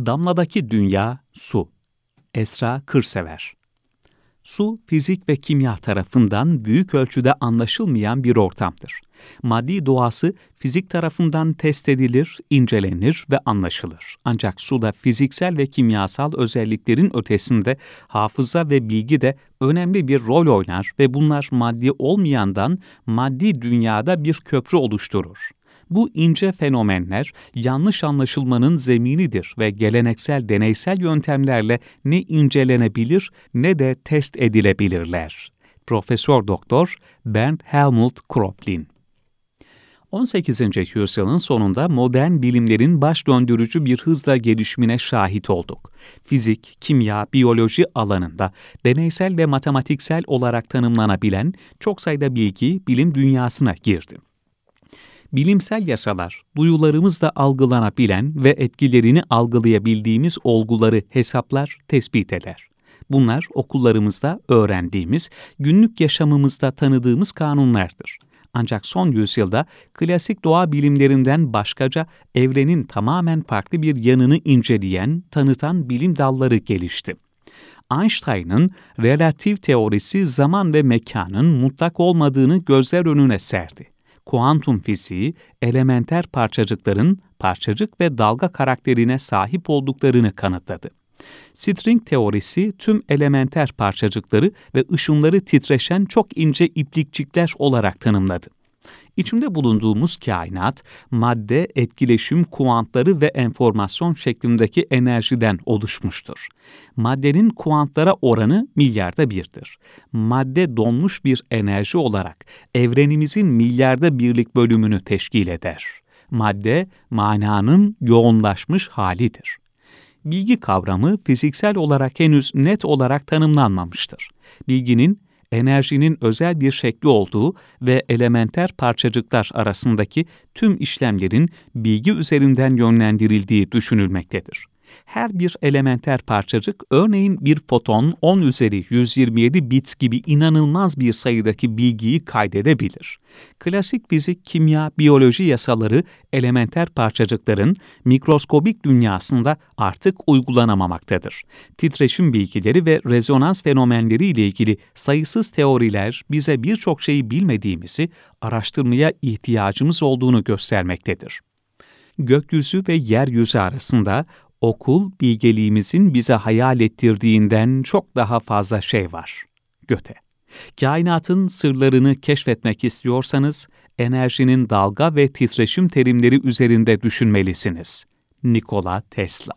Damladaki dünya su. Esra Kırsever. Su, fizik ve kimya tarafından büyük ölçüde anlaşılmayan bir ortamdır. Maddi doğası fizik tarafından test edilir, incelenir ve anlaşılır. Ancak suda fiziksel ve kimyasal özelliklerin ötesinde hafıza ve bilgi de önemli bir rol oynar ve bunlar maddi olmayandan maddi dünyada bir köprü oluşturur. Bu ince fenomenler yanlış anlaşılmanın zeminidir ve geleneksel deneysel yöntemlerle ne incelenebilir ne de test edilebilirler. Profesör Doktor Bernd Helmut Kröplin. 18. yüzyılın sonunda modern bilimlerin baş döndürücü bir hızla gelişimine şahit olduk. Fizik, kimya, biyoloji alanında deneysel ve matematiksel olarak tanımlanabilen çok sayıda bilgi bilim dünyasına girdi. Bilimsel yasalar, duyularımızla algılanabilen ve etkilerini algılayabildiğimiz olguları hesaplar, tespit eder. Bunlar okullarımızda öğrendiğimiz, günlük yaşamımızda tanıdığımız kanunlardır. Ancak son yüzyılda klasik doğa bilimlerinden başkaca evrenin tamamen farklı bir yanını inceleyen, tanıtan bilim dalları gelişti. Einstein'ın relatif teorisi zaman ve mekanın mutlak olmadığını gözler önüne serdi. Kuantum fiziği, elementer parçacıkların parçacık ve dalga karakterine sahip olduklarını kanıtladı. String teorisi tüm elementer parçacıkları ve ışınları titreşen çok ince iplikçikler olarak tanımladı. İçinde bulunduğumuz kainat, madde, etkileşim, kuantları ve enformasyon şeklindeki enerjiden oluşmuştur. Maddenin kuantlara oranı milyarda birdir. Madde donmuş bir enerji olarak evrenimizin milyarda birlik bölümünü teşkil eder. Madde, mananın yoğunlaşmış halidir. Bilgi kavramı fiziksel olarak henüz net olarak tanımlanmamıştır. Bilginin, enerjinin özel bir şekli olduğu ve elementer parçacıklar arasındaki tüm işlemlerin bilgi üzerinden yönlendirildiği düşünülmektedir. Her bir elementer parçacık, örneğin bir foton 10 üzeri 127 bit gibi inanılmaz bir sayıdaki bilgiyi kaydedebilir. Klasik fizik, kimya, biyoloji yasaları elementer parçacıkların mikroskobik dünyasında artık uygulanamamaktadır. Titreşim bilgileri ve rezonans fenomenleri ile ilgili sayısız teoriler bize birçok şeyi bilmediğimizi, araştırmaya ihtiyacımız olduğunu göstermektedir. Gökyüzü ve yeryüzü arasında okul bilgeliğimizin bize hayal ettirdiğinden çok daha fazla şey var. Göte. Kainatın sırlarını keşfetmek istiyorsanız, enerjinin dalga ve titreşim terimleri üzerinde düşünmelisiniz. Nikola Tesla.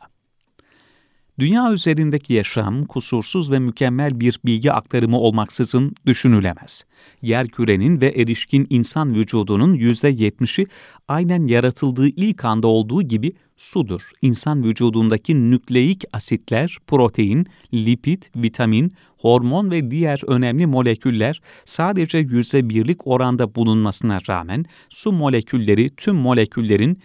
Dünya üzerindeki yaşam, kusursuz ve mükemmel bir bilgi aktarımı olmaksızın düşünülemez. Yerkürenin ve erişkin insan vücudunun %70'i aynen yaratıldığı ilk anda olduğu gibi sudur. İnsan vücudundaki nükleik asitler, protein, lipid, vitamin, hormon ve diğer önemli moleküller sadece %1'lik oranda bulunmasına rağmen su molekülleri tüm moleküllerin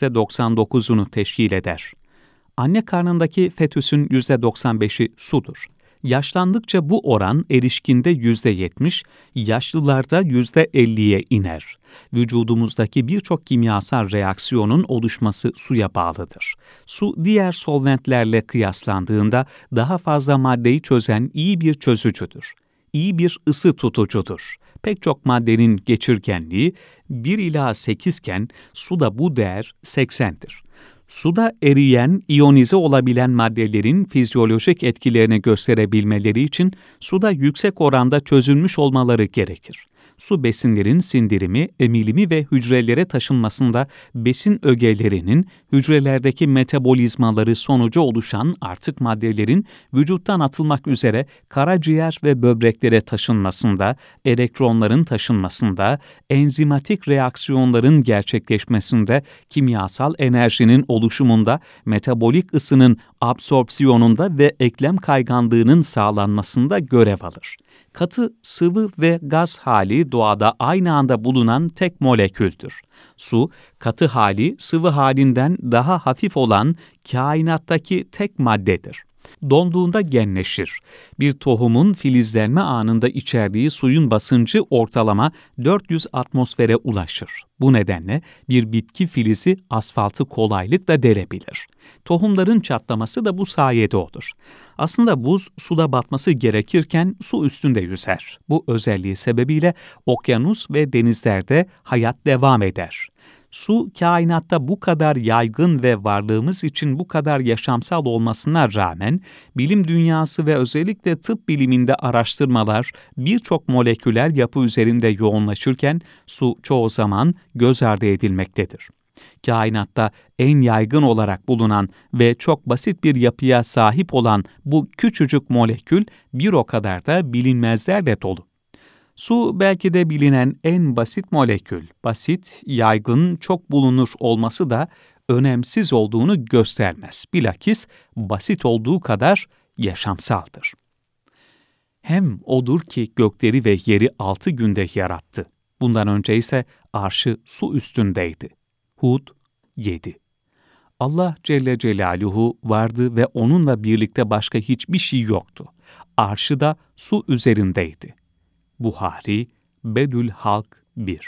%99'unu teşkil eder. Anne karnındaki fetüsün %95'i sudur. Yaşlandıkça bu oran erişkinde %70, yaşlılarda %50'ye iner. Vücudumuzdaki birçok kimyasal reaksiyonun oluşması suya bağlıdır. Su, diğer solventlerle kıyaslandığında daha fazla maddeyi çözen iyi bir çözücüdür. İyi bir ısı tutucudur. Pek çok maddenin geçirgenliği 1 ila 8 iken suda bu değer 80'dir. Suda eriyen, iyonize olabilen maddelerin fizyolojik etkilerini gösterebilmeleri için suda yüksek oranda çözülmüş olmaları gerekir. Su besinlerin sindirimi, emilimi ve hücrelere taşınmasında besin ögelerinin hücrelerdeki metabolizmaları sonucu oluşan artık maddelerin vücuttan atılmak üzere karaciğer ve böbreklere taşınmasında, elektronların taşınmasında, enzimatik reaksiyonların gerçekleşmesinde, kimyasal enerjinin oluşumunda, metabolik ısının absorpsiyonunda ve eklem kayganlığının sağlanmasında görev alır. Katı, sıvı ve gaz hali doğada aynı anda bulunan tek moleküldür. Su, katı hali sıvı halinden daha hafif olan kainattaki tek maddedir. Donduğunda genleşir. Bir tohumun filizlenme anında içerdiği suyun basıncı ortalama 400 atmosfere ulaşır. Bu nedenle bir bitki filizi asfaltı kolaylıkla delebilir. Tohumların çatlaması da bu sayede olur. Aslında buz suda batması gerekirken su üstünde yüzer. Bu özelliği sebebiyle okyanus ve denizlerde hayat devam eder. Su, kainatta bu kadar yaygın ve varlığımız için bu kadar yaşamsal olmasına rağmen, bilim dünyası ve özellikle tıp biliminde araştırmalar birçok moleküler yapı üzerinde yoğunlaşırken, su çoğu zaman göz ardı edilmektedir. Kainatta en yaygın olarak bulunan ve çok basit bir yapıya sahip olan bu küçücük molekül bir o kadar da bilinmezlerle dolu. Su belki de bilinen en basit molekül. Basit, yaygın, çok bulunur olması da önemsiz olduğunu göstermez. Bilakis basit olduğu kadar yaşamsaldır. Hem odur ki gökleri ve yeri 6 günde yarattı. Bundan önce ise arşı su üstündeydi. Hud 7. Allah Celle Celaluhu vardı ve onunla birlikte başka hiçbir şey yoktu. Arşı da su üzerindeydi. Buhari, Bedül Halk 1.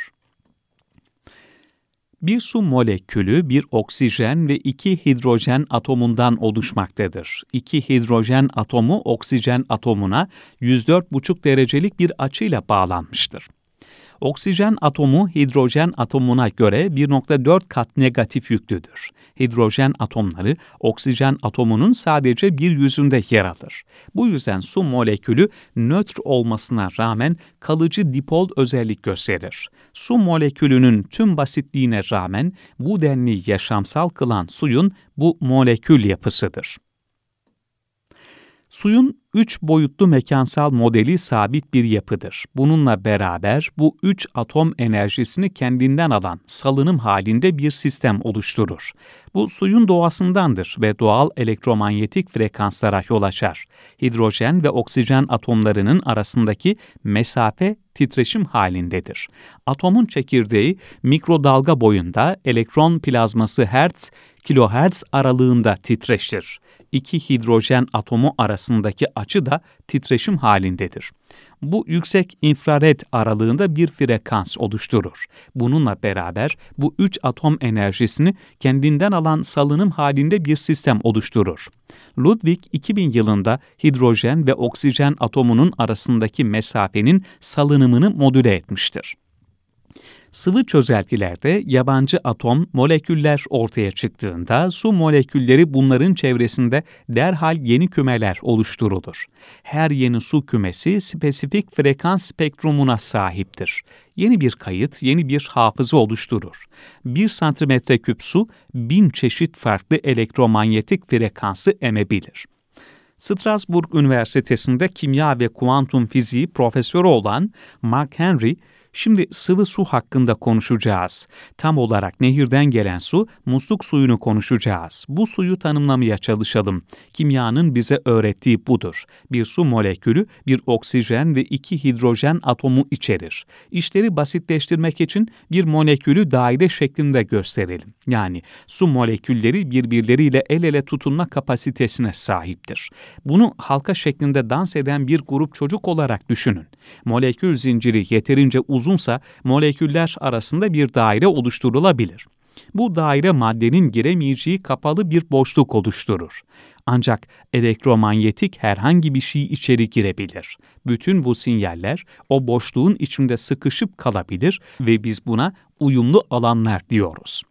Bir su molekülü bir oksijen ve 2 hidrojen atomundan oluşmaktadır. 2 hidrojen atomu oksijen atomuna 104,5 derecelik bir açıyla bağlanmıştır. Oksijen atomu hidrojen atomuna göre 1,4 kat negatif yüklüdür. Hidrojen atomları oksijen atomunun sadece bir yüzünde yer alır. Bu yüzden su molekülü nötr olmasına rağmen kalıcı dipol özellik gösterir. Su molekülünün tüm basitliğine rağmen bu denli yaşamsal kılan suyun bu molekül yapısıdır. Suyun 3 boyutlu mekansal modeli sabit bir yapıdır. Bununla beraber bu 3 atom enerjisini kendinden alan salınım halinde bir sistem oluşturur. Bu suyun doğasındandır ve doğal elektromanyetik frekanslara yol açar. Hidrojen ve oksijen atomlarının arasındaki mesafe titreşim halindedir. Atomun çekirdeği mikrodalga boyunda, elektron plazması hertz, kilohertz aralığında titreşir. 2 hidrojen atomu arasındaki açı da titreşim halindedir. Bu yüksek infrared aralığında bir frekans oluşturur. Bununla beraber bu 3 atom enerjisini kendinden alan salınım halinde bir sistem oluşturur. Ludwig 2000 yılında hidrojen ve oksijen atomunun arasındaki mesafenin salınımını modüle etmiştir. Sıvı çözeltilerde yabancı atom moleküller ortaya çıktığında su molekülleri bunların çevresinde derhal yeni kümeler oluşturulur. Her yeni su kümesi spesifik frekans spektrumuna sahiptir. Yeni bir kayıt, yeni bir hafıza oluşturur. 1 santimetre küp su 1000 çeşit farklı elektromanyetik frekansı emebilir. Strasbourg Üniversitesi'nde kimya ve kuantum fiziği profesörü olan Mark Henry, şimdi sıvı su hakkında konuşacağız. Tam olarak nehirden gelen su, musluk suyunu konuşacağız. Bu suyu tanımlamaya çalışalım. Kimyanın bize öğrettiği budur. Bir su molekülü, bir oksijen ve 2 hidrojen atomu içerir. İşleri basitleştirmek için bir molekülü daire şeklinde gösterelim. Yani su molekülleri birbirleriyle el ele tutunma kapasitesine sahiptir. Bunu halka şeklinde dans eden bir grup çocuk olarak düşünün. Molekül zinciri yeterince uzunsa moleküller arasında bir daire oluşturulabilir. Bu daire maddenin giremeyeceği kapalı bir boşluk oluşturur. Ancak elektromanyetik herhangi bir şey içeri girebilir. Bütün bu sinyaller o boşluğun içinde sıkışıp kalabilir ve biz buna uyumlu alanlar diyoruz.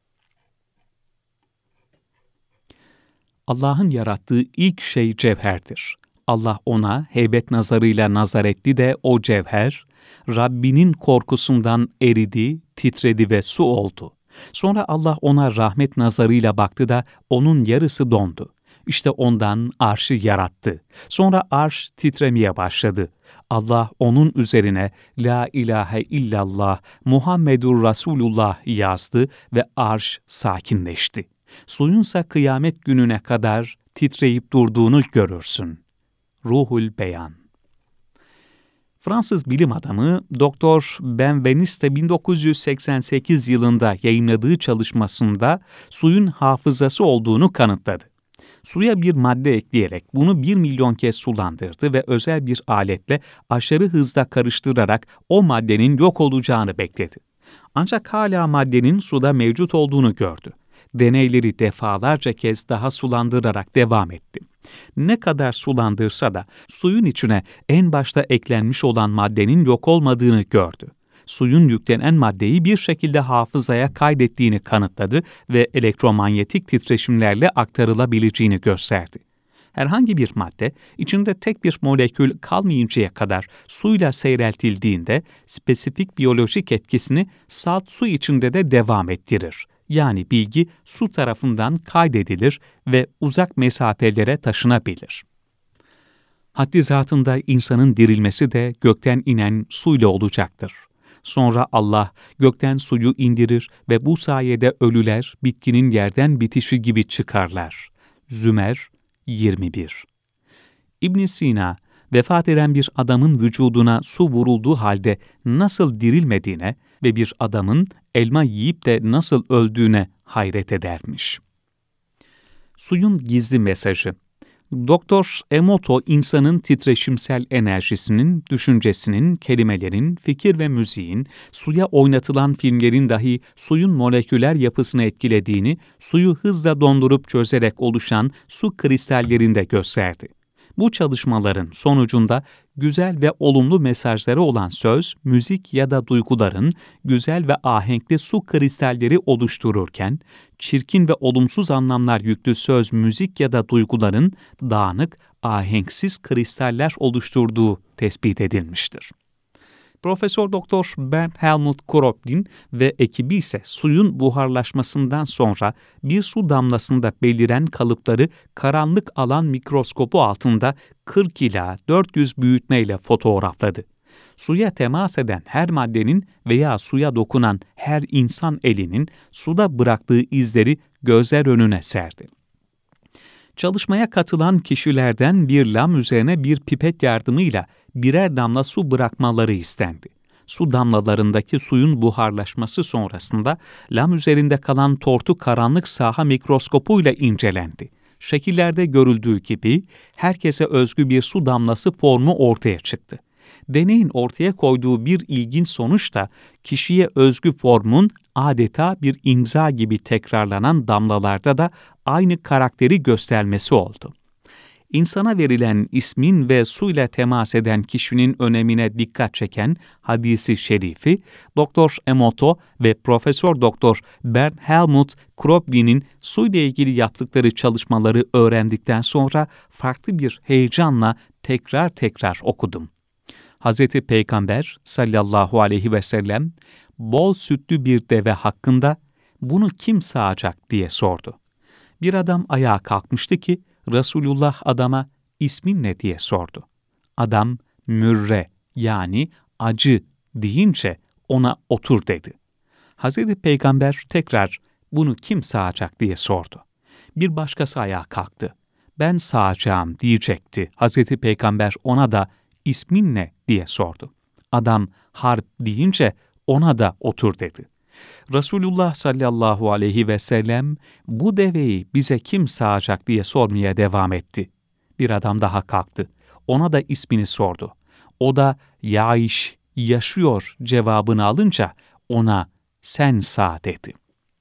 Allah'ın yarattığı ilk şey cevherdir. Allah ona heybet nazarıyla nazar etti de o cevher, Rabbinin korkusundan eridi, titredi ve su oldu. Sonra Allah ona rahmet nazarıyla baktı da onun yarısı dondu. İşte ondan arşı yarattı. Sonra arş titremeye başladı. Allah onun üzerine La ilahe illallah Muhammedur Resulullah yazdı ve arş sakinleşti. Suyunsa kıyamet gününe kadar titreyip durduğunu görürsün. Ruhul Beyan. Fransız bilim adamı Dr. Benveniste 1988 yılında yayınladığı çalışmasında suyun hafızası olduğunu kanıtladı. Suya bir madde ekleyerek bunu 1 milyon kez sulandırdı ve özel bir aletle aşırı hızda karıştırarak o maddenin yok olacağını bekledi. Ancak hala maddenin suda mevcut olduğunu gördü. Deneyleri defalarca kez daha sulandırarak devam etti. Ne kadar sulandırsa da suyun içine en başta eklenmiş olan maddenin yok olmadığını gördü. Suyun yüklenen maddeyi bir şekilde hafızaya kaydettiğini kanıtladı ve elektromanyetik titreşimlerle aktarılabileceğini gösterdi. Herhangi bir madde, içinde tek bir molekül kalmayıncaya kadar suyla seyreltildiğinde spesifik biyolojik etkisini salt su içinde de devam ettirir. Yani bilgi su tarafından kaydedilir ve uzak mesafelere taşınabilir. Haddi zatında insanın dirilmesi de gökten inen suyla olacaktır. Sonra Allah gökten suyu indirir ve bu sayede ölüler bitkinin yerden bitişi gibi çıkarlar. Zümer 21. İbn Sina, vefat eden bir adamın vücuduna su vurulduğu halde nasıl dirilmediğine ve bir adamın elma yiyip de nasıl öldüğüne hayret edermiş. Suyun gizli mesajı. Doktor Emoto, insanın titreşimsel enerjisinin, düşüncesinin, kelimelerin, fikir ve müziğin, suya oynatılan filmlerin dahi suyun moleküler yapısını etkilediğini, suyu hızla dondurup çözerek oluşan su kristallerinde gösterdi. Bu çalışmaların sonucunda güzel ve olumlu mesajları olan söz, müzik ya da duyguların güzel ve ahenkli su kristalleri oluştururken, çirkin ve olumsuz anlamlar yüklü söz, müzik ya da duyguların dağınık, ahenksiz kristaller oluşturduğu tespit edilmiştir. Profesör Doktor Bernd Helmut Kröpling ve ekibi ise suyun buharlaşmasından sonra bir su damlasında beliren kalıpları karanlık alan mikroskopu altında 40 ila 400 büyütmeyle fotoğrafladı. Suya temas eden her maddenin veya suya dokunan her insan elinin suda bıraktığı izleri gözler önüne serdi. Çalışmaya katılan kişilerden bir lam üzerine bir pipet yardımıyla birer damla su bırakmaları istendi. Su damlalarındaki suyun buharlaşması sonrasında lam üzerinde kalan tortu karanlık saha mikroskopuyla incelendi. Şekillerde görüldüğü gibi herkese özgü bir su damlası formu ortaya çıktı. Deneyin ortaya koyduğu bir ilginç sonuç da kişiye özgü formun adeta bir imza gibi tekrarlanan damlalarda da aynı karakteri göstermesi oldu. İnsana verilen ismin ve suyla temas eden kişinin önemine dikkat çeken hadisi şerifi, Dr. Emoto ve Profesör Dr. Bernd Helmut Kröpling'in suyla ilgili yaptıkları çalışmaları öğrendikten sonra farklı bir heyecanla tekrar okudum. Hz. Peygamber sallallahu aleyhi ve sellem bol sütlü bir deve hakkında bunu kim sağacak diye sordu. Bir adam ayağa kalkmıştı ki Resulullah adama ismin ne diye sordu. Adam mürre yani acı deyince ona otur dedi. Hz. Peygamber tekrar bunu kim sağacak diye sordu. Bir başkası ayağa kalktı. Ben sağacağım diyecekti. Hz. Peygamber ona da ismin ne diye sordu. Adam harp deyince ona da otur dedi. Resulullah sallallahu aleyhi ve sellem bu deveyi bize kim sağacak diye sormaya devam etti. Bir adam daha kalktı. Ona da ismini sordu. O da Yaiş, yaşıyor cevabını alınca ona sen sağ dedi.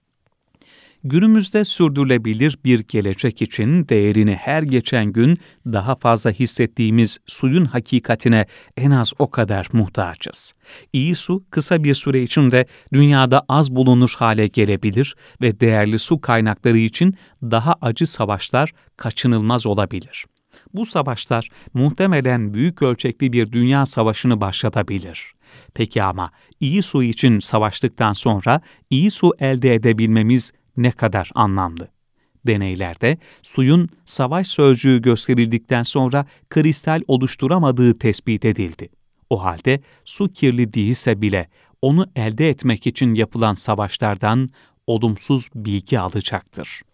Günümüzde sürdürülebilir bir gelecek için değerini her geçen gün daha fazla hissettiğimiz suyun hakikatine en az o kadar muhtaçız. İyi su kısa bir süre içinde dünyada az bulunur hale gelebilir ve değerli su kaynakları için daha acı savaşlar kaçınılmaz olabilir. Bu savaşlar muhtemelen büyük ölçekli bir dünya savaşını başlatabilir. Peki ama iyi su için savaştıktan sonra iyi su elde edebilmemiz ne kadar anlamlı? Deneylerde suyun savaş sözcüğü gösterildikten sonra kristal oluşturamadığı tespit edildi. O halde su kirli değilse bile onu elde etmek için yapılan savaşlardan olumsuz bilgi alacaktır.